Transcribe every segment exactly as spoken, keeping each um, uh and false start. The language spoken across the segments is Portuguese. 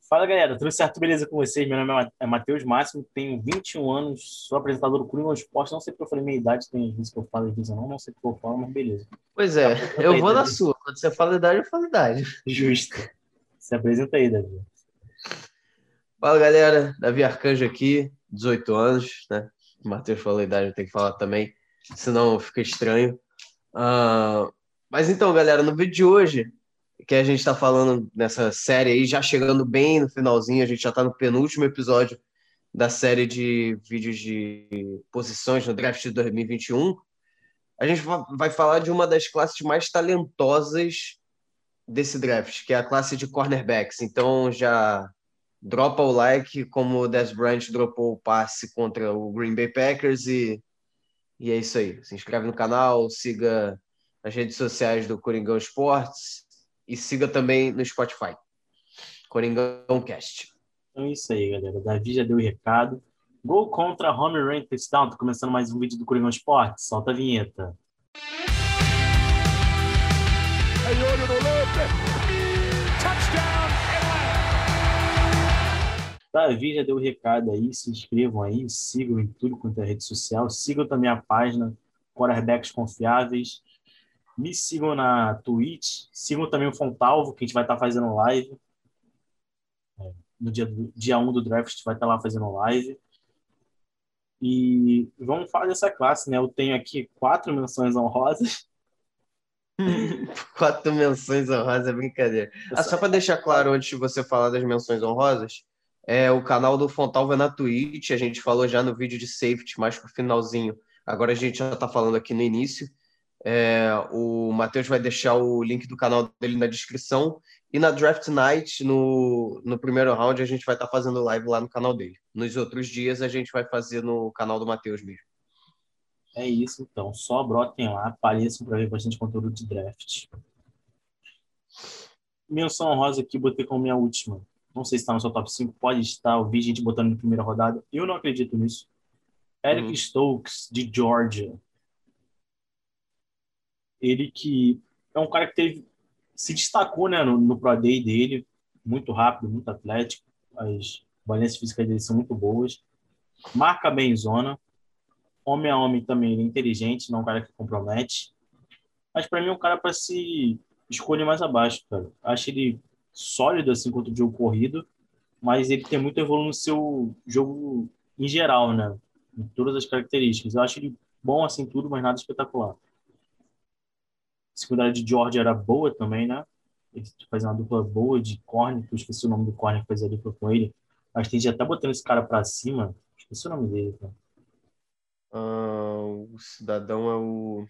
Fala, galera. Tudo certo? Beleza com vocês? Meu nome é Ma- é Matheus Máximo, tenho vinte e um anos, sou apresentador do Coringa Esporte. Não sei porque eu falei minha idade, tem vezes que eu falo, às vezes eu não, não sei porque eu falo, mas beleza. Pois Se é, apresenta eu aí, vou na Davi. sua. Quando você fala idade, eu falo idade. Justo. Se apresenta aí, Davi. Fala, galera. Davi Arcanjo aqui, dezoito anos, né? O Matheus falou a idade, eu tenho que falar também, senão fica estranho. Ah, mas então, galera, no vídeo de hoje, que a gente está falando nessa série aí, já chegando bem no finalzinho, a gente já está no penúltimo episódio da série de vídeos de posições no draft de dois mil e vinte e um. A gente va- vai falar de uma das classes mais talentosas desse draft, que é a classe de cornerbacks. Então já dropa o like, como o Dez Bryant dropou o passe contra o Green Bay Packers e, e é isso aí. Se inscreve no canal, siga as redes sociais do Coringão Esportes e siga também no Spotify, Coringão Cast. Então é isso aí, galera. O Davi já deu o recado. Gol contra home run touchdown. Tô começando mais um vídeo do Coringão Esporte. Solta a vinheta. Aí olho no lance. Touchdown, Davi já deu o recado aí. Se inscrevam aí, sigam em tudo quanto é rede social. Sigam também a página Quarterbacks Confiáveis. Me sigam na Twitch. Sigam também o Fontalvo, que a gente vai estar fazendo live. No dia, do, dia um do draft, a gente vai estar lá fazendo live. E vamos falar dessa classe, né? Eu tenho aqui quatro menções honrosas. Quatro menções honrosas é brincadeira. Ah, Essa, só para deixar claro, antes de você falar das menções honrosas, é o canal do Fontalva é na Twitch. A gente falou já no vídeo de safety, mais pro finalzinho. Agora a gente já está falando aqui no início. É, o Matheus vai deixar o link do canal dele na descrição. E na Draft Night, no, no primeiro round, a gente vai estar fazendo live lá no canal dele. Nos outros dias, a gente vai fazer no canal do Matheus mesmo. é isso, então. Só brotem lá, apareçam para ver bastante conteúdo de draft. Menção honrosa aqui, botei como minha última. Não sei se está no seu top cinco, pode estar. Eu vi gente botando na primeira rodada. Eu não acredito nisso. Eric Uhum. Stokes, de Georgia. Ele que é um cara que teve, se destacou, né, no, no Pro Day dele. Muito rápido, muito atlético. As valências físicas dele são muito boas. Marca bem em zona. Homem a homem também, ele é inteligente, não é um cara que compromete. Mas para mim é um cara para se escolher mais abaixo, cara. Acho ele sólido assim contra o jogo corrido, mas ele tem muito evolução no seu jogo em geral, né? Em todas as características. Eu acho ele bom assim tudo, mas nada espetacular. A secundária de George era boa também, né? Ele fazia uma dupla boa de corner, que eu esqueci o nome do corner que fazia a dupla com ele. Mas tem gente até botando esse cara para cima. Esqueci o nome dele, cara. Ah, o cidadão é o.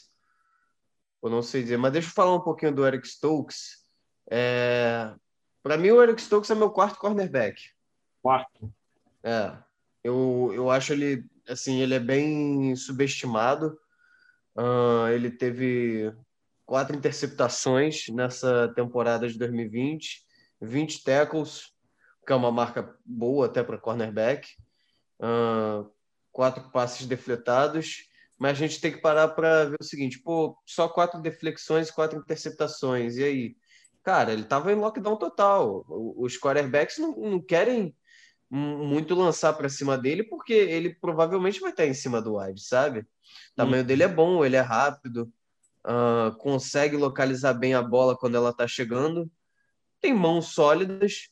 Eu não sei dizer, mas deixa eu falar um pouquinho do Eric Stokes. É... Para mim, o Eric Stokes é meu quarto cornerback. Quarto. É. Eu, eu acho ele, assim, ele é bem subestimado. Ah, ele teve quatro interceptações nessa temporada de dois mil e vinte, vinte tackles, que é uma marca boa até para cornerback. Ah, quatro passes defletados, mas a gente tem que parar para ver o seguinte, pô, só quatro deflexões e quatro interceptações, e aí? Cara, ele estava em lockdown total. O- Os quarterbacks não, não querem mu- muito lançar para cima dele, porque ele provavelmente vai estar em cima do wide, sabe? O tamanho dele é bom, ele é rápido, ah, consegue localizar bem a bola quando ela está chegando, tem mãos sólidas,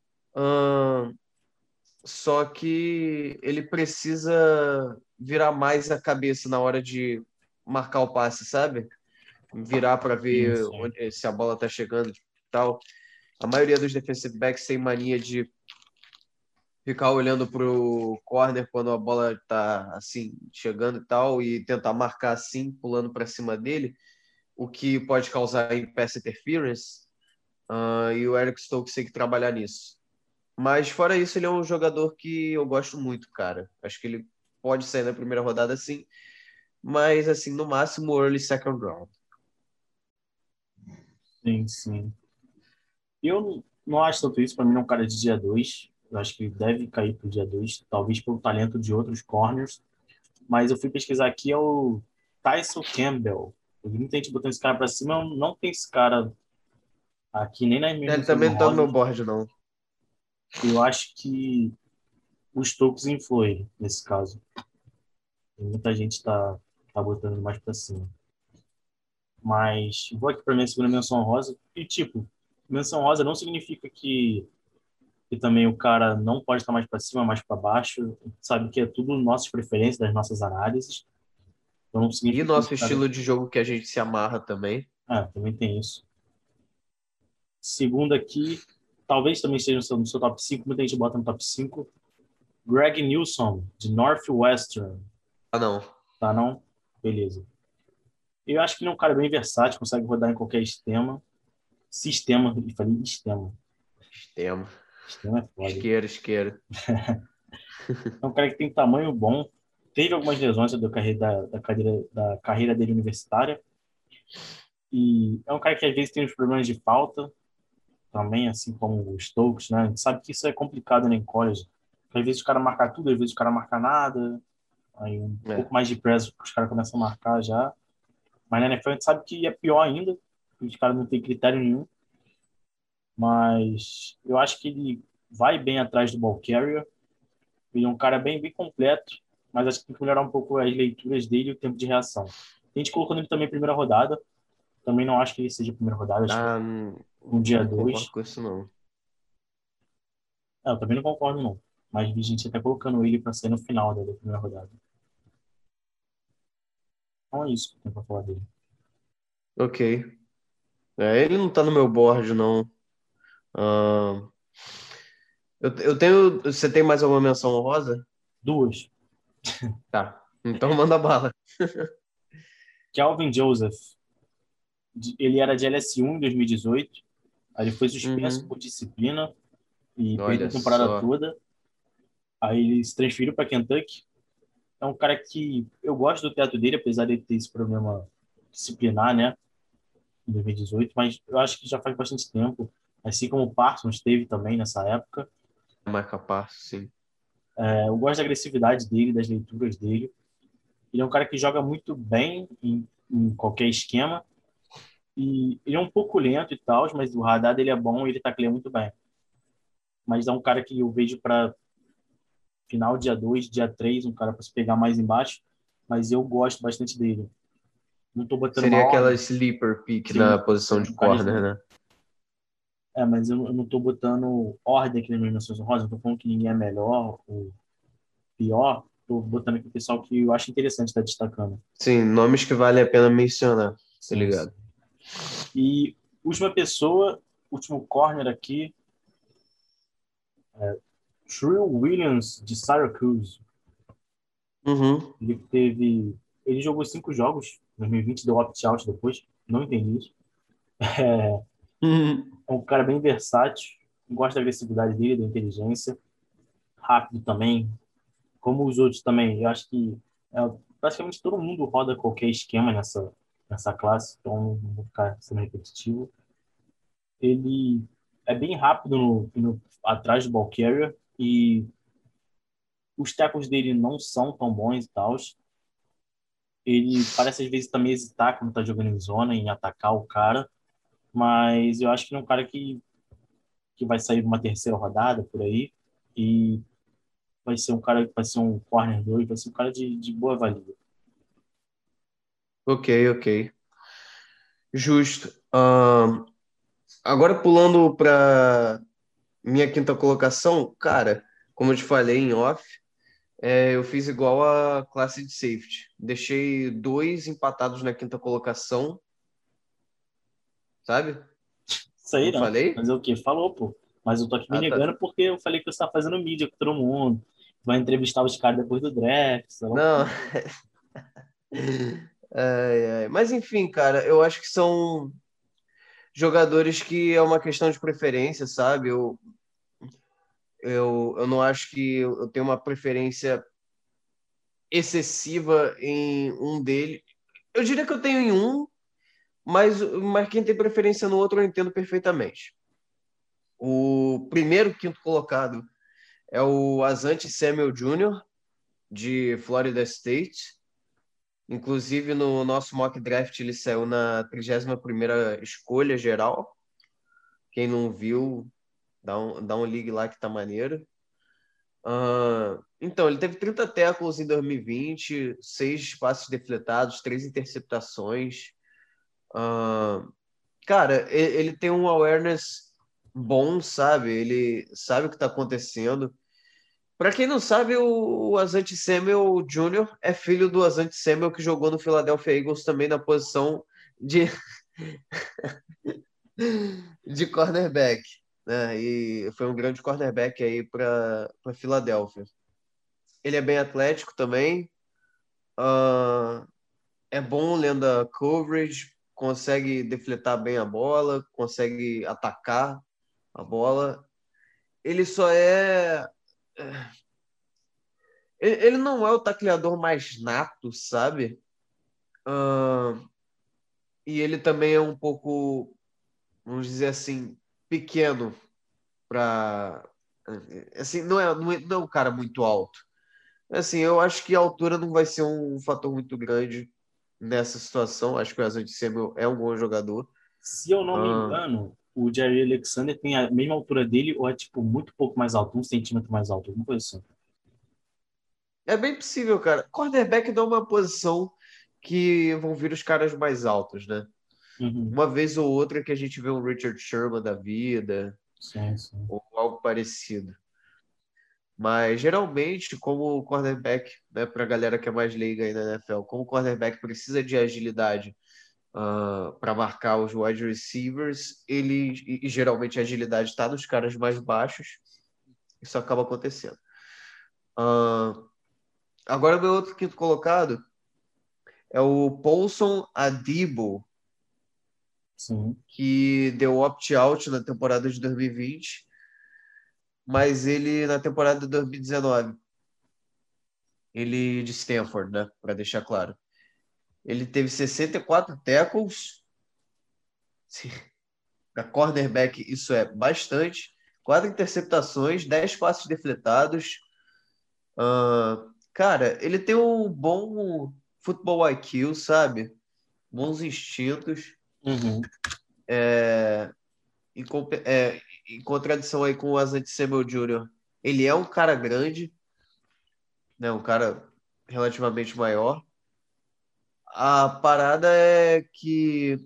ah, só que ele precisa virar mais a cabeça na hora de marcar o passe, sabe? Virar para Sim, ver sim. onde, se a bola está chegando e tal. A maioria dos defensive backs tem mania de ficar olhando pro corner quando a bola está assim chegando e tal e tentar marcar assim, pulando para cima dele, o que pode causar em pass interference. Uh, e o Eric Stokes tem que trabalhar nisso. Mas fora isso, ele é um jogador que eu gosto muito, cara. Acho que ele pode sair na primeira rodada sim, mas assim, no máximo early second round. Sim, sim. Eu não acho tanto isso. Para mim, não é um cara de dia dois. Eu acho que ele deve cair para o dia dois, talvez pelo talento de outros corners. Mas eu fui pesquisar aqui, é o Tyson Campbell. Eu vi muita gente botando esse cara para cima. Não tem esse cara aqui nem nas minhas Ele menções também não tá no meu honrosas. board, não. Eu acho que o Stokes influi nesse caso. Muita gente tá, tá botando mais pra cima. Mas vou aqui pra minha segunda menção rosa. E, tipo, menção rosa não significa que, que também o cara não pode estar mais pra cima, mais pra baixo. Sabe que é tudo nossas preferências, das nossas análises. Então não E significa que o nosso cara... estilo de jogo que a gente se amarra também. Ah, também tem isso. Segundo aqui, talvez também esteja no seu, no seu top cinco, muita gente bota no top cinco. Greg Newsom, de Northwestern. Ah, não. Tá, não? Beleza. Eu acho que ele é um cara bem versátil, consegue rodar em qualquer sistema. Sistema, e falei sistema. Sistema. Sistema é foda. Isqueiro, isqueiro. É um cara que tem tamanho bom. Teve algumas lesões da carreira, da, da, carreira, da carreira dele universitária. E é um cara que às vezes tem uns problemas de falta também, assim como o Stokes, né? A gente sabe que isso é complicado, né, em college. Às vezes o cara marca tudo, às vezes o cara marca nada. Aí um É. pouco mais de press, os caras começam a marcar já. Mas na N F L a gente sabe que é pior ainda. Os caras não têm critério nenhum. Mas eu acho que ele vai bem atrás do ball carrier. Ele é um cara bem, bem completo, mas acho que tem que melhorar um pouco as leituras dele e o tempo de reação. A gente colocou ele também em primeira rodada. Também não acho que ele seja primeira rodada. Acho Ah, que não, um dia não concordo dois. com isso, não. É, eu também não concordo, não. Mas vi gente até colocando ele para sair no final da da primeira rodada. Então é isso que eu tenho para falar dele. Ok. É, ele não tá no meu board, não. Ah, eu, eu tenho. Você tem mais alguma menção honrosa? Duas. Tá. Então manda bala. Calvin Joseph. de- Ele era de L S U em dois mil e dezoito. Aí ele foi suspenso Uhum. por disciplina e perdeu Olha a temporada só. toda. Aí ele se transferiu para Kentucky. É um cara que eu gosto do teto dele, apesar de ele ter esse problema disciplinar, né, em dois mil e dezoito, mas eu acho que já faz bastante tempo, assim como o Parsons teve também nessa época. Marca passo, sim. É, eu gosto da agressividade dele, das leituras dele. Ele é um cara que joga muito bem em, em qualquer esquema. E ele é um pouco lento e tal, mas o radar dele é bom e ele tacleia muito bem. Mas é um cara que eu vejo para final dia dois, dia três, um cara para se pegar mais embaixo, mas eu gosto bastante dele. Não tô botando uma Seria aquela ordem. sleeper pick Sim, na posição de um cara corner, assim. né? É, mas eu, eu não tô botando ordem aqui nas minhas menções honrosas, não tô falando que ninguém é melhor ou pior, tô botando aqui o pessoal que eu acho interessante estar destacando. Sim, nomes que vale a pena mencionar, tá Sim, sim. ligado? E última pessoa, último corner aqui, Trill Williams, de Syracuse. Uhum. Ele teve. Ele jogou cinco jogos em dois mil e vinte, deu opt-out depois. Não entendi isso. É, Uhum. é um cara bem versátil. Gosta da agressividade dele, da inteligência. Rápido também. Como os outros também. Eu acho que é, praticamente todo mundo roda qualquer esquema nessa, nessa classe. Então não vou ficar sendo repetitivo. Ele é bem rápido no, no, atrás do ball carrier. E os tackles dele não são tão bons e tal. Ele parece às vezes também hesitar quando tá jogando em zona, em atacar o cara, mas eu acho que ele é um cara que, que vai sair uma terceira rodada por aí e vai ser um cara que vai ser um corner dois, vai ser um cara de, de boa valia. Ok, ok. Justo. Ahn, agora pulando para minha quinta colocação, cara, como eu te falei em off, é, eu fiz igual a classe de safety. Deixei dois empatados na quinta colocação, sabe? Isso aí Não não, falei? mas é o que? Falou, pô. Mas eu tô aqui me Ah, tá. negando porque eu falei que você tá fazendo mídia com todo mundo, vai entrevistar os caras depois do draft, sei lá. Não. Ai, ai. Mas enfim, cara, eu acho que são jogadores que é uma questão de preferência, sabe? Eu, eu, eu não acho que eu eu tenho uma preferência excessiva em um deles. Eu diria que eu tenho em um, mas, mas quem tem preferência no outro eu entendo perfeitamente. O primeiro quinto colocado é o Asante Samuel júnior, de Florida State. Inclusive, no nosso mock draft, ele saiu na trigésima primeira escolha geral. Quem não viu, Dá um, dá um league lá que tá maneiro. Uh, então, ele teve trinta tackles em dois mil e vinte, seis passes defletados, três interceptações. Uh, cara, ele, ele tem um awareness bom, sabe? Ele sabe o que tá acontecendo. Para quem não sabe, o, o Asante Samuel Júnior é filho do Asante Samuel que jogou no Philadelphia Eagles também na posição de, de cornerback, né? E foi um grande cornerback aí para para Filadélfia. Ele é bem atlético também, uh, é bom lendo a coverage, consegue defletar bem a bola, consegue atacar a bola. Ele só é. Ele ele não é o tacleador mais nato, sabe? Uh, e ele também é um pouco, vamos dizer assim, pequeno para. Assim, não é, não é, não é um cara muito alto. Assim, eu acho que a altura não vai ser um fator muito grande nessa situação. Acho que o Asante Samuel é um bom jogador. Se eu não me Ah, engano, o Jerry Alexander tem a mesma altura dele ou é, tipo, muito pouco mais alto, um centímetro mais alto, alguma coisa assim. é bem possível, cara. Cornerback não é uma posição que vão vir os caras mais altos, né? Uhum. Uma vez ou outra que a gente vê um Richard Sherman da vida Sim, sim. ou algo parecido. Mas geralmente, como cornerback, né, para a galera que é mais leiga aí na N F L, como o cornerback precisa de agilidade para marcar os wide receivers, ele e, e geralmente a agilidade está nos caras mais baixos, isso acaba acontecendo. Ah, agora, meu outro quinto colocado é o Paulson Adebo, Sim. que deu opt-out na temporada de dois mil e vinte, mas ele na temporada de dois mil e dezenove, ele de Stanford, né, para deixar claro. Ele teve sessenta e quatro tackles. Para cornerback, isso é bastante. Quatro interceptações, dez passes defletados. Uh, cara, ele tem um bom futebol I Q, sabe? Bons instintos. Uhum. É, em, é, em contradição aí com o Asante Samuel Júnior, ele é um cara grande, né? Um cara relativamente maior. A parada é que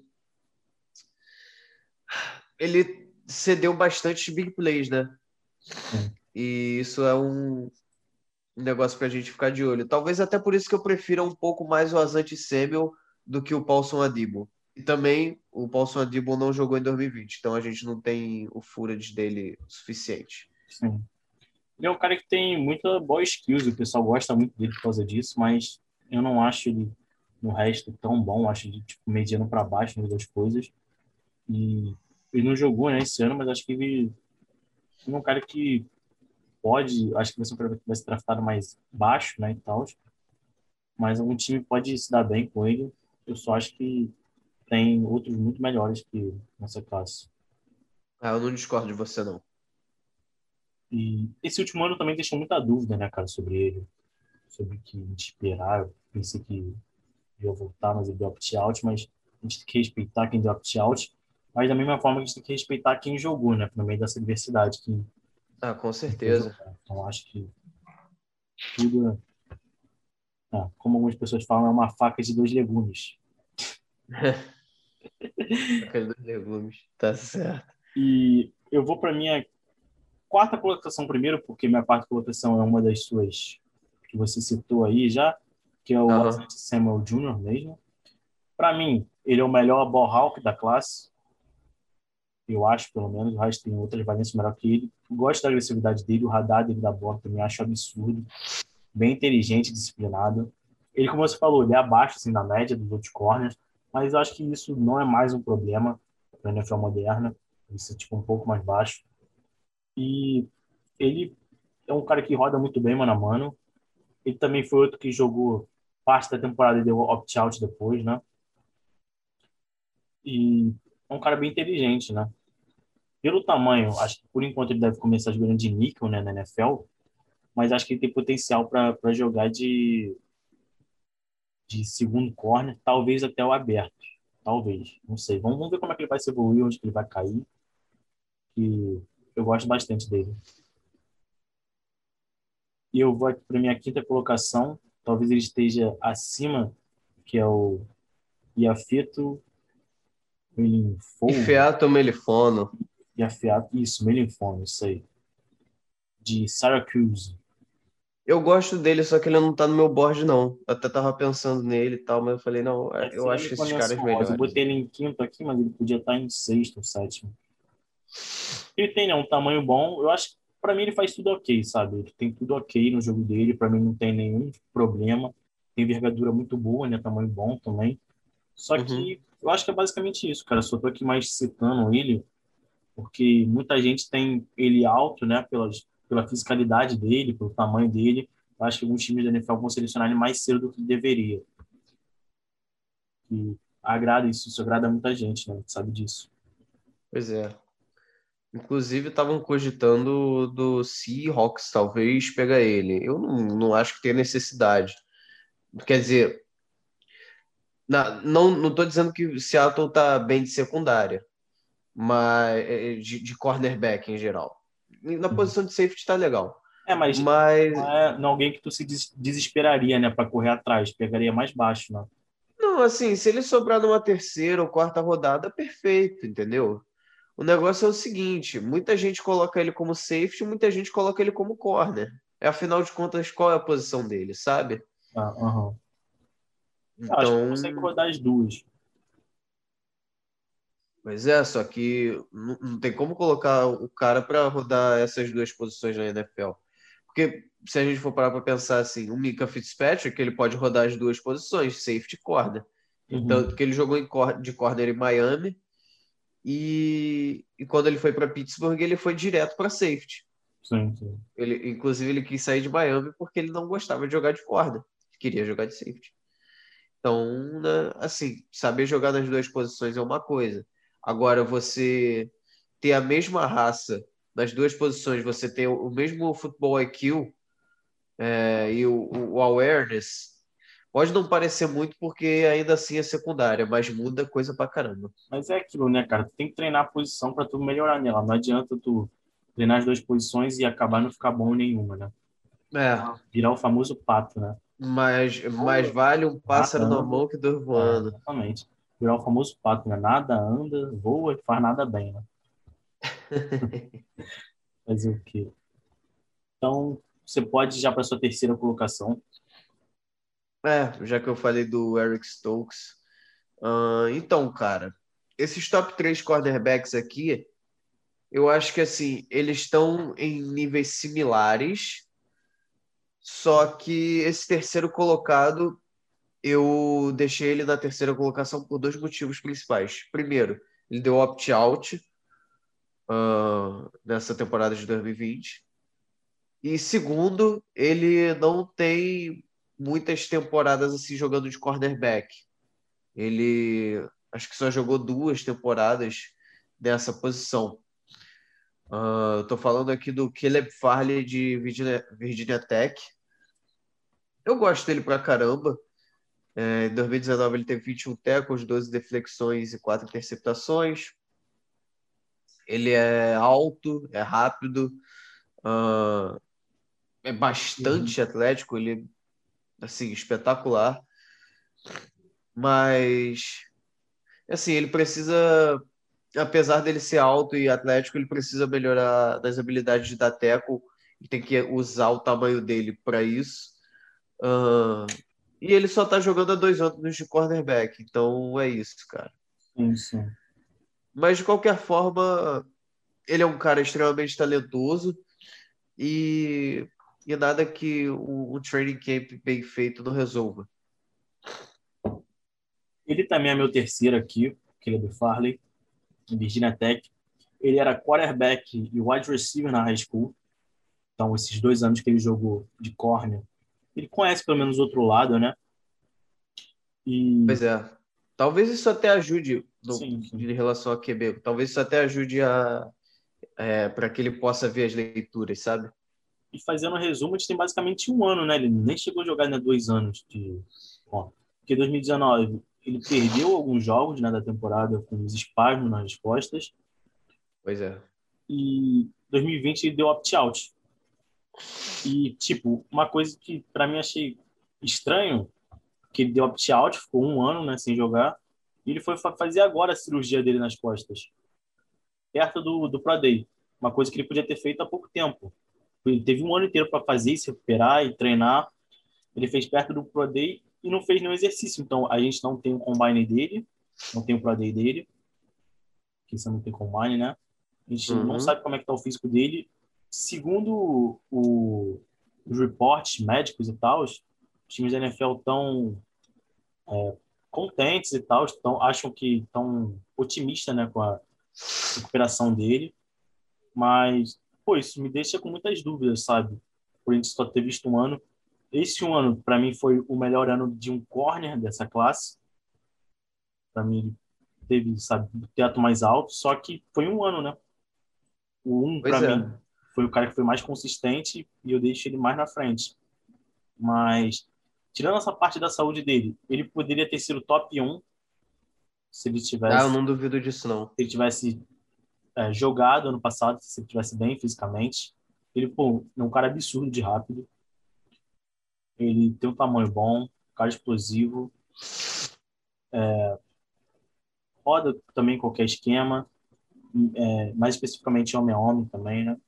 ele cedeu bastante big plays, né? Sim. E isso é um negócio pra gente ficar de olho. Talvez até por isso que eu prefira um pouco mais o Asante Samuel do que o Paulson Adebo. E também o Paulson Adebo não jogou em dois mil e vinte, então a gente não tem o footage dele suficiente. Sim. Ele é um cara que tem muita boa skills, o pessoal gosta muito dele por causa disso, mas eu não acho ele no resto tão bom, acho ele tipo mediano para baixo nas duas coisas. E ele não jogou, né, esse ano, mas acho que ele é um cara que pode, acho que vai ser um cara que vai ser draftado mais baixo, né, e tal, mas algum time pode se dar bem com ele. Eu só acho que tem outros muito melhores que ele nessa classe. Ah, eu não discordo de você, não. E esse último ano também deixou muita dúvida, né, cara, sobre ele, sobre o que esperar. Eu pensei que ia voltar, mas ele deu opt-out, mas a gente tem que respeitar quem deu opt-out, mas da mesma forma que a gente tem que respeitar quem jogou, né, no meio dessa diversidade que Ah, com que foi certeza. jogar. Então, acho que tudo, é, como algumas pessoas falam, é uma faca de dois legumes. Aquele dos legumes. Tá certo. E eu vou para minha quarta colocação primeiro, porque minha quarta colocação é uma das suas que você citou aí já, que é o Aham. Asante Samuel Júnior mesmo. Para mim, ele é o melhor ball hawk da classe. Eu acho, pelo menos. O resto tem outras valências melhor que ele. Gosto da agressividade dele, o radar dele da bola também acho absurdo. Bem inteligente, disciplinado. Ele, como você falou, ele é abaixo assim, da média dos outros corners, mas eu acho que isso não é mais um problema para a N F L moderna. Isso é tipo, um pouco mais baixo. E ele é um cara que roda muito bem mano a mano. Ele também foi outro que jogou parte da temporada e deu opt-out depois, né? E é um cara bem inteligente, né? Pelo tamanho, acho que por enquanto ele deve começar jogando de níquel, né, na N F L, mas acho que ele tem potencial para jogar de, de segundo corner, talvez até o aberto. Talvez, não sei. Vamos, vamos ver como é que ele vai se evoluir, onde que ele vai cair. Que Eu gosto bastante dele. E eu vou aqui para minha quinta colocação. Talvez ele esteja acima, que é o Iafeto E Melinfono. Feato Melifono. Iafeto, isso, Melinfono, isso aí. De Syracuse. Eu gosto dele, só que ele não tá no meu board, não. Eu até tava pensando nele e tal, mas eu falei, não, É, eu seria acho minha esses caras menção honrosa. Eu melhores. botei ele em quinto aqui, mas ele podia estar em sexto ou sétimo. Ele tem, né, um tamanho bom. Eu acho que para mim ele faz tudo ok, sabe? Ele tem tudo ok no jogo dele. Para mim não tem nenhum problema. Tem envergadura muito boa, né? Tamanho bom também. Só Uhum. que eu acho que é basicamente isso, cara. Só tô aqui mais citando ele, porque muita gente tem ele alto, né? Pelas, pela fisicalidade dele, pelo tamanho dele. Eu acho que alguns times da N F L vão selecionar ele mais cedo do que deveria. E agrada isso, isso agrada muita gente, né? Sabe disso. Pois é. Inclusive, estavam cogitando do Seahawks, talvez, pegar ele. Eu não, não acho que tenha necessidade. Quer dizer, na- não, não tô dizendo que o Seattle tá bem de secundária, mas é, de, de cornerback em geral. Na posição de safety tá legal. É, mas Mas não é, não é alguém que tu se des- desesperaria, né, para correr atrás, pegaria mais baixo, né? não, assim, se ele sobrar numa terceira ou quarta rodada, perfeito, entendeu? O negócio é o seguinte: muita gente coloca ele como safety, muita gente coloca ele como corner. É, afinal de contas, qual é a posição dele, sabe? Ah, aham. Eu acho que tu consegue Então, rodar as duas. mas é, só que não, não tem como colocar o cara para rodar essas duas posições na N F L. Porque se a gente for parar para pensar assim, o Mika Fitzpatrick, ele pode rodar as duas posições, safety e corner. Uhum. Então, que ele jogou em cor- de corner em Miami e, e quando ele foi para Pittsburgh, ele foi direto para safety. Sim, sim. Ele, inclusive, ele quis sair de Miami porque ele não gostava de jogar de corner, queria jogar de safety. Então, né, assim, saber jogar nas duas posições é uma coisa. Agora, você ter a mesma raça nas duas posições, você ter o mesmo futebol I Q é, e o, o awareness, pode não parecer muito porque ainda assim é secundária, mas muda coisa pra caramba. Mas é aquilo, né, cara? Tu tem que treinar a posição para tu melhorar nela. Não adianta tu treinar as duas posições e acabar não ficar bom em nenhuma, né? É, Virar o famoso pato, né? mas mais vale um Nada pássaro na anda, mão que dois é, voando. exatamente. Virar o famoso pato, né? Nada anda, voa e faz nada bem, né? Fazer o quê? Então, você pode ir já para sua terceira colocação. É, já que eu falei do Eric Stokes. Ah, então, cara, esses top três cornerbacks aqui, eu acho que assim, eles estão em níveis similares, só que esse terceiro colocado, eu deixei ele na terceira colocação por dois motivos principais. Primeiro, ele deu opt-out, ah, nessa temporada de dois mil e vinte. E segundo, ele não tem muitas temporadas assim jogando de cornerback. Ele acho que só jogou duas temporadas nessa posição. Ah, eu tô falando aqui do Caleb Farley de Virginia, Virginia Tech. Eu gosto dele pra caramba. É, em dois mil e dezenove ele teve vinte e um tackles, doze deflexões e quatro interceptações. Ele é alto, é rápido, ah, é Uhum. bastante atlético, ele assim, espetacular. Mas assim, ele precisa, apesar dele ser alto e atlético, ele precisa melhorar das habilidades de dar tackle e tem que usar o tamanho dele para isso. Ah, e ele só tá jogando há dois anos de cornerback, então é isso, cara. Sim, sim. Mas de qualquer forma, ele é um cara extremamente talentoso e, e nada que o, o training camp bem feito não resolva. Ele também é meu terceiro aqui, Caleb Farley, em Virginia Tech. Ele era quarterback e wide receiver na high school. Então, esses dois anos que ele jogou de corner, ele conhece pelo menos o outro lado, né? E, Pois é. Talvez isso até ajude no, sim, sim. em relação a Q B. Talvez isso até ajude a, é, para que ele possa ver as leituras, sabe? E fazendo um resumo, a gente tem basicamente um ano, né? Ele nem chegou a jogar ainda dois anos de. Ó, porque dois mil e dezenove ele perdeu alguns jogos, né, da temporada com os espasmos nas costas. Pois é. E dois mil e vinte ele deu opt-out. E, tipo, uma coisa que pra mim achei estranho, que ele deu opt-out, ficou um ano, né, sem jogar, e ele foi fa- fazer agora a cirurgia dele nas costas, perto do, do Pro Day. Uma coisa que ele podia ter feito há pouco tempo. Ele teve um ano inteiro para fazer, se recuperar e treinar. Ele fez perto do Pro Day e não fez nenhum exercício. Então, a gente não tem o combine dele, não tem o Pro Day dele, que você não tem combine, né? A gente não Uhum. sabe como é que tá o físico dele. Segundo o, os reportes médicos e tal, os times da N F L estão contentes e tal, estão, acham que estão otimistas, né, com a recuperação dele. Mas, pô, isso me deixa com muitas dúvidas, sabe? Por a gente só ter visto um ano. Esse um ano, para mim, foi o melhor ano de um corner dessa classe. Para mim, ele teve, sabe, o teto mais alto, só que foi um ano, né? O um, para Pois é. mim, foi o cara que foi mais consistente e eu deixo ele mais na frente. Mas, tirando essa parte da saúde dele, ele poderia ter sido top um se ele Ah, eu tivesse, não duvido disso, não. se ele tivesse é, jogado ano passado, se ele tivesse bem fisicamente. Ele, pô, é um cara absurdo de rápido. Ele tem um tamanho bom, cara explosivo, roda também qualquer esquema, é, mais especificamente homem a homem também, né?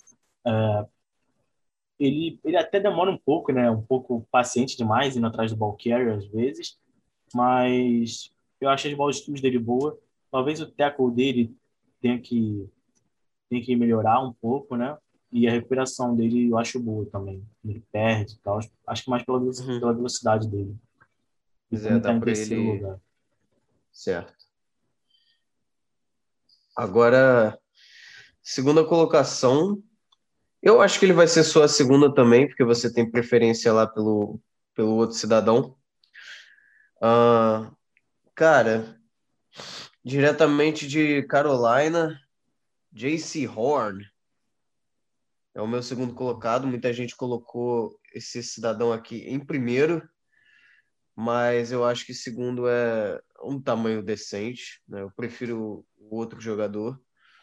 Ele, ele até demora um pouco, né? Um pouco paciente demais, indo atrás do ball carrier às vezes, mas eu acho as ball skills dele boa. Talvez o tackle dele tenha que, tenha que melhorar um pouco, né? E a recuperação dele eu acho boa também. Ele perde e tal. Acho que mais pela, velo- Uhum. pela velocidade dele. E Pois é, também está dá em para terceiro ele. lugar. Certo. Agora, segunda colocação. Eu acho que ele vai ser sua segunda também, porque você tem preferência lá pelo, pelo outro cidadão. Ah, cara, diretamente de Carolina, J C Horn é o meu segundo colocado. Muita gente colocou esse cidadão aqui em primeiro, mas eu acho que segundo é um tamanho decente, né? Eu prefiro o outro jogador.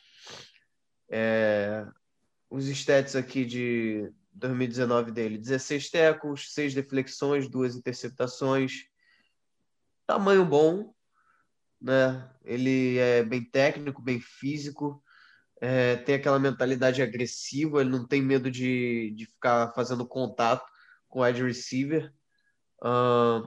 Os stats aqui de dois mil e dezenove dele: dezesseis tackles, seis deflexões, duas interceptações. Tamanho bom, né? Ele é bem técnico, bem físico, é, tem aquela mentalidade agressiva, ele não tem medo de, de ficar fazendo contato com o wide receiver. Ah,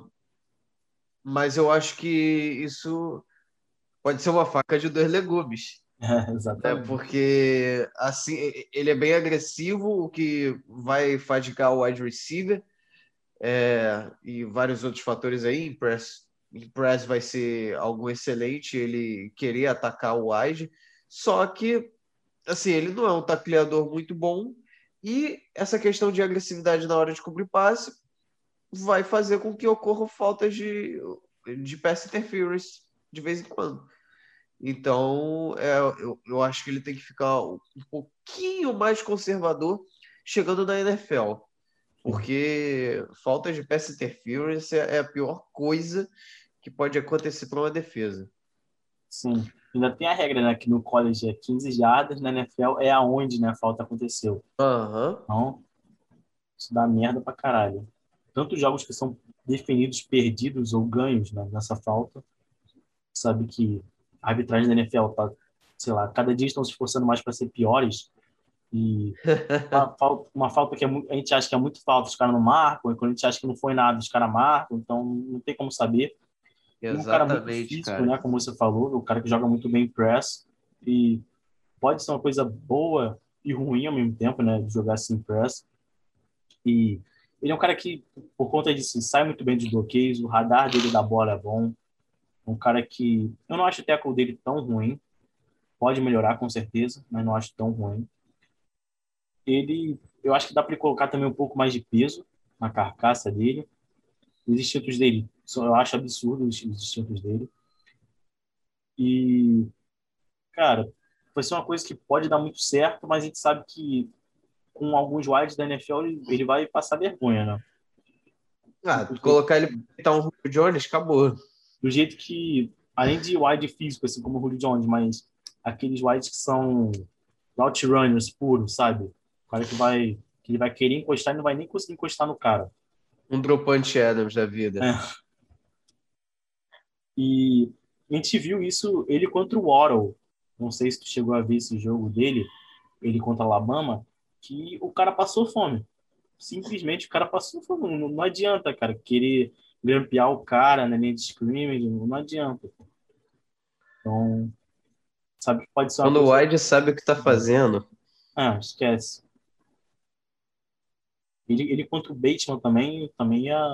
mas eu acho que isso pode ser uma faca de dois legumes, É, né? exatamente. Porque assim ele é bem agressivo, o que vai fadigar o wide receiver, é, e vários outros fatores aí. Em press, em press vai ser algo excelente, ele querer atacar o wide, só que assim, ele não é um tacleador muito bom, e essa questão de agressividade na hora de cobrir passe vai fazer com que ocorram faltas de, de pass interference de vez em quando. Então, é, eu, eu acho que ele tem que ficar um pouquinho mais conservador chegando na N F L, porque falta de pass interference é a pior coisa que pode acontecer para uma defesa. Sim. Ainda tem a regra, né? Que no college é quinze jardas, na N F L é aonde, né, a falta aconteceu. Aham. Então, isso dá merda pra caralho. Tantos jogos que são definidos, perdidos ou ganhos, né, nessa falta. Sabe que a arbitragem da N F L tá, sei lá, cada dia estão se esforçando mais para ser piores. E uma falta, uma falta que é muito, a gente acha que é muito falta, os caras não marcam. E quando a gente acha que não foi nada, os caras marcam. Então, não tem como saber. E um cara muito Exatamente, físico, cara. né? Como você falou, o cara que joga muito bem press. E pode ser uma coisa boa e ruim ao mesmo tempo, né? De jogar assim press. E ele é um cara que, por conta disso, sai muito bem dos bloqueios. O radar dele da bola é bom. Um cara que eu não acho o tackle dele tão ruim. Pode melhorar com certeza, mas não acho tão ruim. Ele, eu acho que dá para colocar também um pouco mais de peso na carcaça dele. Os instintos dele, eu acho absurdo os instintos dele. E cara, vai ser uma coisa que pode dar muito certo, mas a gente sabe que com alguns wides da N F L ele, ele vai passar vergonha, né? Ah, Do jeito, colocar ele para um Julio Jones, acabou. do jeito que, além de wide físico, assim como o Julio Jones, mas aqueles wides que são route runners puro, sabe? O cara que vai, que ele vai querer encostar e não vai nem conseguir encostar no cara. Um Dropante Adams da vida. É. E a gente viu isso, ele contra o Waddle. Não sei se tu chegou a ver esse jogo dele, ele contra o Alabama, que o cara passou fome. Simplesmente o cara passou fome. Não, não adianta, cara, querer grampear o cara na linha de scrimmage, não adianta. Então, sabe que pode ser uma Quando o coisa... wide sabe o que tá fazendo. Ah, esquece. Ele, ele contra o Bateman também, também ia...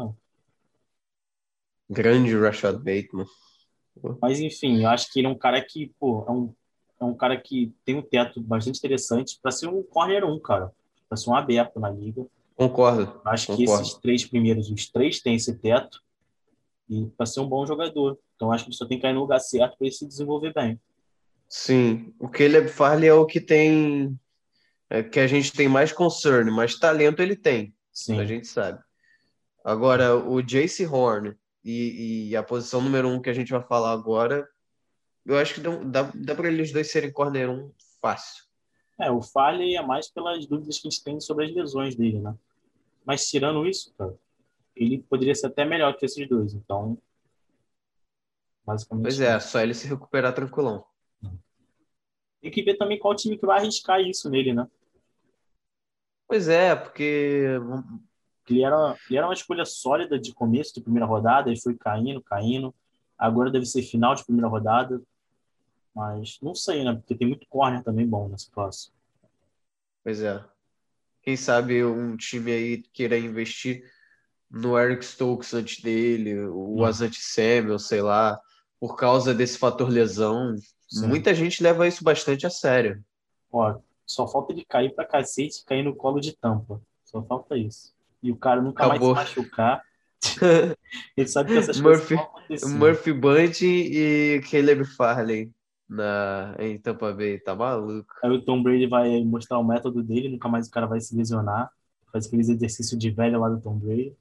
Grande Rashad Bateman. Mas, enfim, eu acho que ele é um cara que, pô, é um, é um cara que tem um teto bastante interessante para ser um corner um, cara. Para ser um aberto na liga. Concordo. Acho que concordo. esses três primeiros, os três têm esse teto e para ser um bom jogador. Então, acho que ele só tem que cair no lugar certo para ele se desenvolver bem. Sim. O Caleb Farley é o que tem... É, que a gente tem mais concern, mais talento ele tem. Sim. A gente sabe. Agora, o Jaycee Horn e, e a posição número um que a gente vai falar agora, eu acho que dá, dá para eles dois serem corner um fácil. É, o Farley é mais pelas dúvidas que a gente tem sobre as lesões dele, né? Mas tirando isso, cara, ele poderia ser até melhor que esses dois. Então, basicamente Pois é, isso. só ele se recuperar tranquilão. Tem que ver também qual time que vai arriscar isso nele, né? Pois é, porque Ele era, ele era uma escolha sólida de começo de primeira rodada, e foi caindo, caindo. Agora deve ser final de primeira rodada. Mas não sei, né? Porque tem muito corner também bom nessa classe. Pois é. Quem sabe um time aí queira investir no Eric Stokes antes dele, o Asante Samuel, sei lá, por causa desse fator lesão. Sim. Muita gente leva isso bastante a sério. Ó, só falta ele cair pra cacete e cair no colo de Tampa. Só falta isso. E o cara nunca Acabou. mais se machucar. Ele sabe que essas Murphy, coisas vão acontecer. Murphy Bunting e Caleb Farley na, em Tampa Bay, tá maluco? Aí o Tom Brady vai mostrar o método dele, nunca mais o cara vai se lesionar. Faz aqueles exercícios de velho lá do Tom Brady.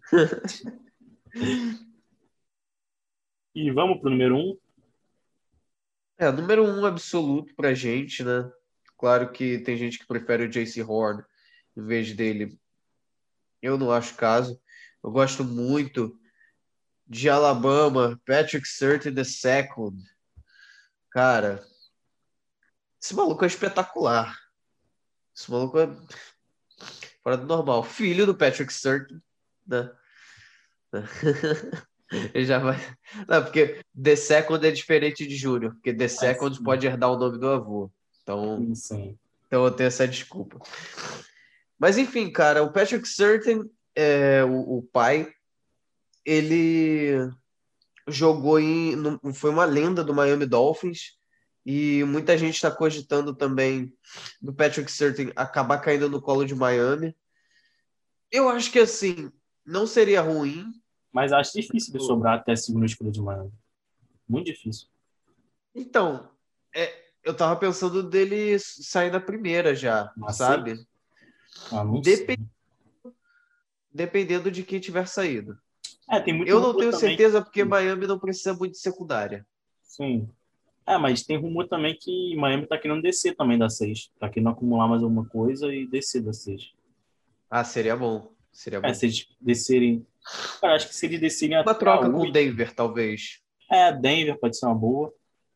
E vamos pro número um? É, número um absoluto pra gente, né? Claro que tem gente que prefere o Jaycee Horn em vez dele. Eu não acho caso. Eu gosto muito de Alabama, Patrick Surtain the second. Cara, esse maluco é espetacular. Esse maluco é fora do normal. Filho do Patrick Surtain, né? Ele já vai. Não, porque The Second é diferente de Júnior, porque The Second sim. pode herdar o nome do avô. Então, Sim. então eu tenho essa desculpa. Mas enfim, cara, o Patrick Surtain, é, o, o pai, ele jogou em. no- Foi uma lenda do Miami Dolphins. E muita gente está cogitando também do Patrick Surtain acabar caindo no colo de Miami. Eu acho que assim, não seria ruim. Mas acho difícil de sobrar até a segunda escolha de Miami. Muito difícil. Então, é, eu tava pensando dele sair na primeira já, Mas sabe? sei. Ah, não Depen- sei. Dependendo de quem tiver saído. É, tem muito Eu não rumor tenho também certeza porque que- Miami não precisa muito de secundária. Sim. É, mas tem rumor também que Miami tá querendo descer também da seis. Tá querendo acumular mais alguma coisa e descer da seis. Ah, seria bom. Seria bom. É, se eles descerem... Cara, acho que se eles descerem Uma até troca a com o oito... Denver, talvez. É, Denver pode ser uma boa.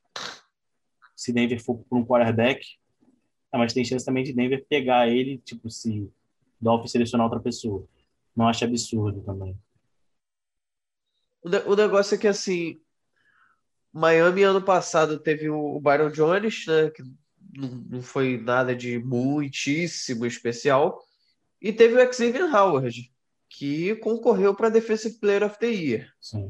Se Denver for por um quarterback. É, mas tem chance também de Denver pegar ele, tipo, se Dolphins selecionar outra pessoa. Não acho absurdo também. O, ne- o negócio é que, assim, Miami ano passado teve o, o Byron Jones, né? Que não, não foi nada de muitíssimo especial. E teve o Xavier Howard, que concorreu para Defensive Player of the Year. Sim.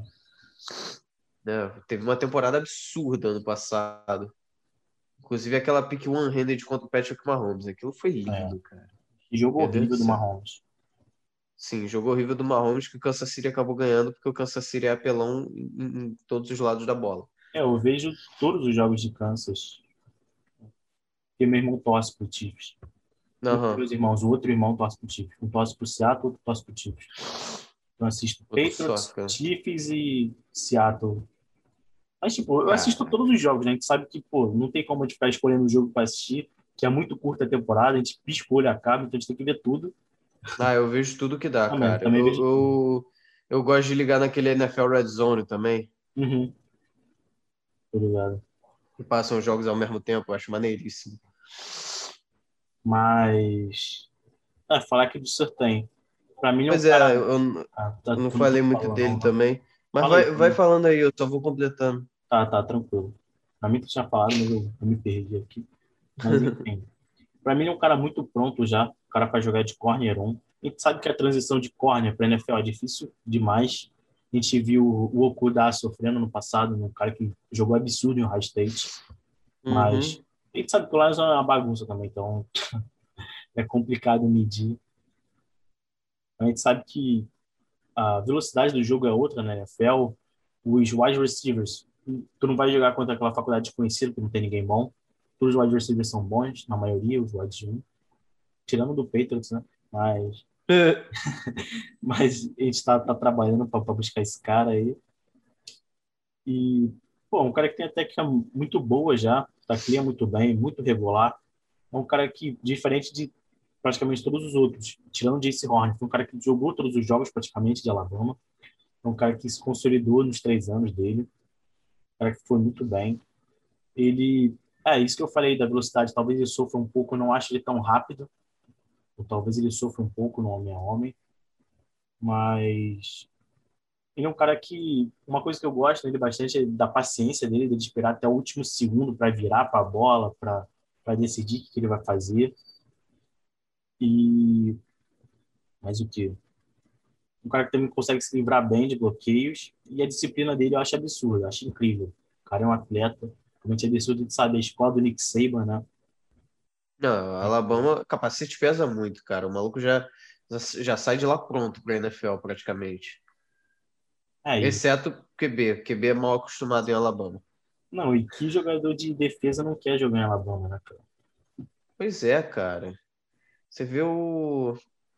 Né? Teve uma temporada absurda ano passado. Inclusive aquela pick one-handed contra o Patrick Mahomes. Aquilo foi lindo, cara. E jogo Meu Deus horrível do do céu. Mahomes. Sim, jogo horrível do Mahomes que o Kansas City acabou ganhando porque o Kansas City é apelão em, em todos os lados da bola. É, eu vejo todos os jogos de Kansas. Porque meu irmão torce pro Chiefs. Um dos Aham. meus irmãos, o outro irmão torce pro Chiefs. Um torce pro Seattle, outro torce pro Chiefs. Então eu assisto Outro Patriots, só, cara. Chiefs e Seattle. Mas, tipo, eu Cara. assisto todos os jogos, né? A gente sabe que, pô, não tem como a gente ficar escolhendo o jogo pra assistir. que é muito curta a temporada, a gente pisca o olho, acaba, então a gente tem que ver tudo. Ah, eu vejo tudo que dá, Também, cara. também Eu, vejo tudo. eu, eu gosto de ligar naquele N F L Red Zone também, Uhum, tô ligado. que passam os jogos ao mesmo tempo, eu acho maneiríssimo. Mas, é, falar que do Surtain. Pra mim, ele é um Pois é, cara. eu, eu Ah, tá, não tu não falei muito falou, dele não, né? também, mas Fala aí, vai, fala vai aí. falando aí, eu só vou completando. Tá, tá, tranquilo. Pra mim, tu tinha falado, mas eu, eu me perdi aqui. Mas, enfim. Pra mim, ele é um cara muito pronto já. O cara para jogar de corner um. A gente sabe que a transição de corner para N F L é difícil demais. A gente viu o Okuda sofrendo no passado, um cara que jogou absurdo em Ohio State. Mas Uhum. a gente sabe que o Lions é uma bagunça também, então é complicado medir. A gente sabe que a velocidade do jogo é outra na N F L. Os wide receivers, tu não vai jogar contra aquela faculdade desconhecida, que não tem ninguém bom. Todos os wide receivers são bons, na maioria, os wide um. Tirando do Patriots, né? Mas mas a gente tá, tá trabalhando para buscar esse cara aí. E, pô, um cara que tem a técnica muito boa já, tá, cria muito bem, muito regular. É um cara que, diferente de praticamente todos os outros, tirando o Jace Horn, foi um cara que jogou todos os jogos praticamente de Alabama. É um cara que se consolidou nos três anos dele. Um cara que foi muito bem. Ele, é isso que eu falei da velocidade. Talvez ele sofra um pouco, eu não acho ele tão rápido. Ou talvez ele sofra um pouco no homem a homem. Mas ele é um cara que, uma coisa que eu gosto dele bastante é da paciência dele, de esperar até o último segundo para virar para a bola, para para decidir o que ele vai fazer. E mais o que? Um cara que também consegue se livrar bem de bloqueios e a disciplina dele eu acho absurda, eu acho incrível. O cara é um atleta, realmente é absurdo de saber a escola do Nick Saban, né? Não, Alabama, capacete pesa muito, cara. O maluco já, já sai de lá pronto pra N F L praticamente. É, e, Exceto Q B. Q B é mal acostumado em Alabama. não, e que jogador de defesa não quer jogar em Alabama, né, cara? Pois é, cara. Você vê o.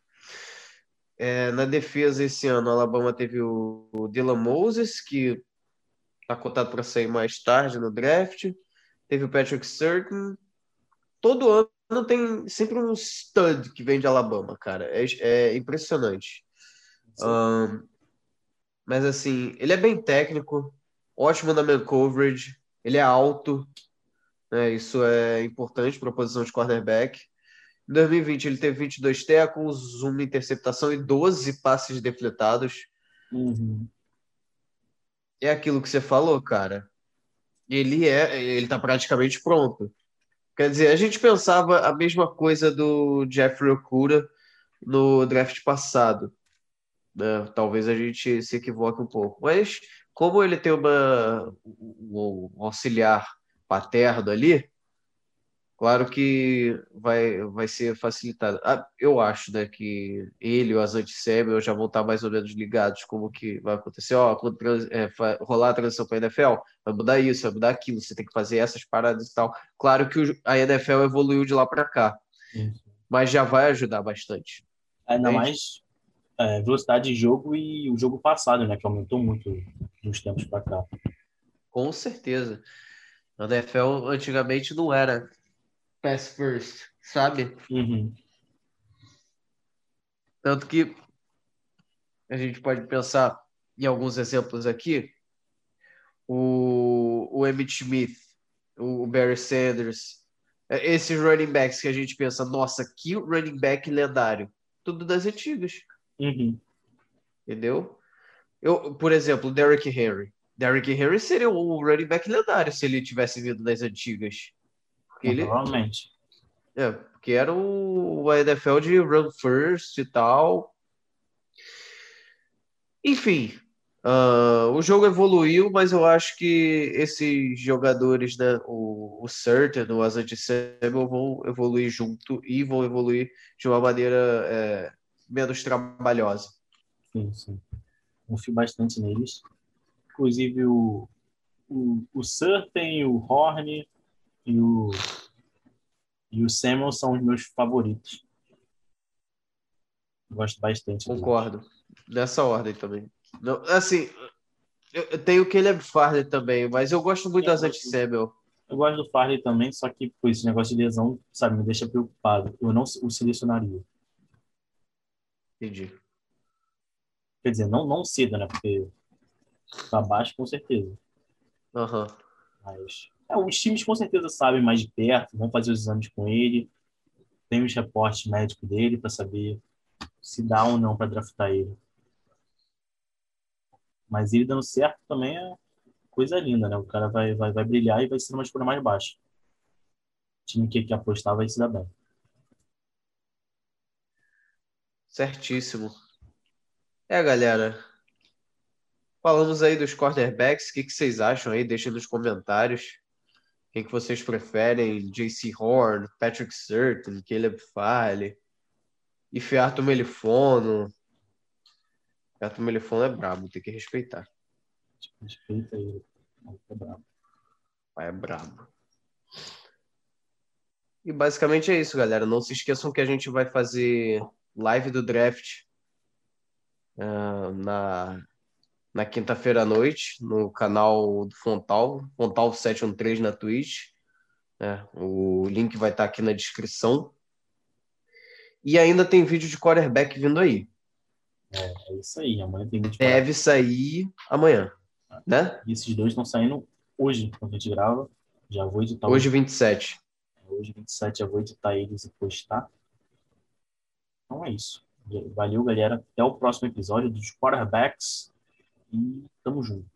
É, na defesa esse ano, o Alabama teve o, o Dylan Moses, que tá cotado para sair mais tarde no draft. Teve o Patrick Surtain. Todo ano tem sempre um stud que vem de Alabama, cara. É, é impressionante. Ahn, mas assim, ele é bem técnico, ótimo na man coverage, ele é alto, né? Isso é importante para a posição de quarterback. Em dois mil e vinte, ele teve vinte e dois tackles, uma interceptação e doze passes defletados. Uhum. É aquilo que você falou, cara. Ele é, ele tá praticamente pronto. Quer dizer, a gente pensava a mesma coisa do Jeffrey Okuda no draft passado, né? Talvez a gente se equivoque um pouco. Mas como ele tem uma, um, um auxiliar paterno ali, claro que vai, vai ser facilitado. Ah, eu acho, né, que ele e o Asante Samuel já vão estar mais ou menos ligados como que vai acontecer. Ó, quando trans- é, fa- rolar a transição para a N F L, vai mudar isso, vai mudar aquilo, você tem que fazer essas paradas e tal. Claro que o- a N F L evoluiu de lá para cá, Sim. mas já vai ajudar bastante, Ainda entende? mais é, velocidade de jogo e o jogo passado, né? Que aumentou muito nos tempos para cá. Com certeza. A N F L antigamente não era pass first, sabe? Uhum. Tanto que a gente pode pensar em alguns exemplos aqui. O, o Emmitt Smith, o Barry Sanders, é, esses running backs que a gente pensa, nossa, que running back lendário. Tudo das antigas, Uhum. entendeu? Eu, por exemplo, o Derrick Henry. Derrick Henry seria um running back lendário se ele tivesse vindo das antigas. Porque Não, ele, provavelmente. é, porque era o, a N F L de run first e tal. Enfim, ah, o jogo evoluiu, mas eu acho que esses jogadores, né, o, o Surtain, o Asante Samuel, vão evoluir junto e vão evoluir de uma maneira é, menos trabalhosa. Sim, sim. Confio bastante neles. Inclusive o, o, o Surtain, o Horn e o, e o Samuel são os meus favoritos. Gosto bastante deles. Concordo. Nessa ordem também. Não, assim, eu, eu tenho o Caleb Farley também, mas eu gosto muito do Sim, Asante gosto, Samuel. Eu gosto do Farley também, só que por esse negócio de lesão, sabe, me deixa preocupado. Eu não o selecionaria. Entendi. Quer dizer, não, não cedo, né? Porque tá baixo, com certeza. Aham. Mas é, os times com certeza sabem mais de perto, vão fazer os exames com ele, tem os reportes médicos dele para saber se dá ou não para draftar ele. Mas ele dando certo também é coisa linda, né? O cara vai, vai, vai brilhar e vai ser uma escolha mais baixa. O time que, que apostar vai se dar bem. Certíssimo. É, galera. Falamos aí dos quarterbacks. O que, que vocês acham aí? Deixa nos comentários. Quem que vocês preferem? J C Horn, Patrick Surtain, Caleb Farley, Ifeatu Melifono. Ifeatu Melifono é brabo, tem que respeitar. Respeita ele. É brabo. Pai é brabo. E basicamente é isso, galera. Não se esqueçam que a gente vai fazer live do draft uh, na, na quinta-feira à noite no canal do Fontal, Fontal sete um três na Twitch. Né? O link vai estar aqui na descrição. E ainda tem vídeo de quarterback vindo aí. É, é isso aí. Amanhã tem vídeo. Deve sair amanhã, né? E esses dois estão saindo hoje, quando a gente grava. Já vou editar Hoje, vinte e sete. Hoje, vinte e sete, já vou editar eles e postar. Então é isso. Valeu, galera. Até o próximo episódio dos quarterbacks. E tamo junto.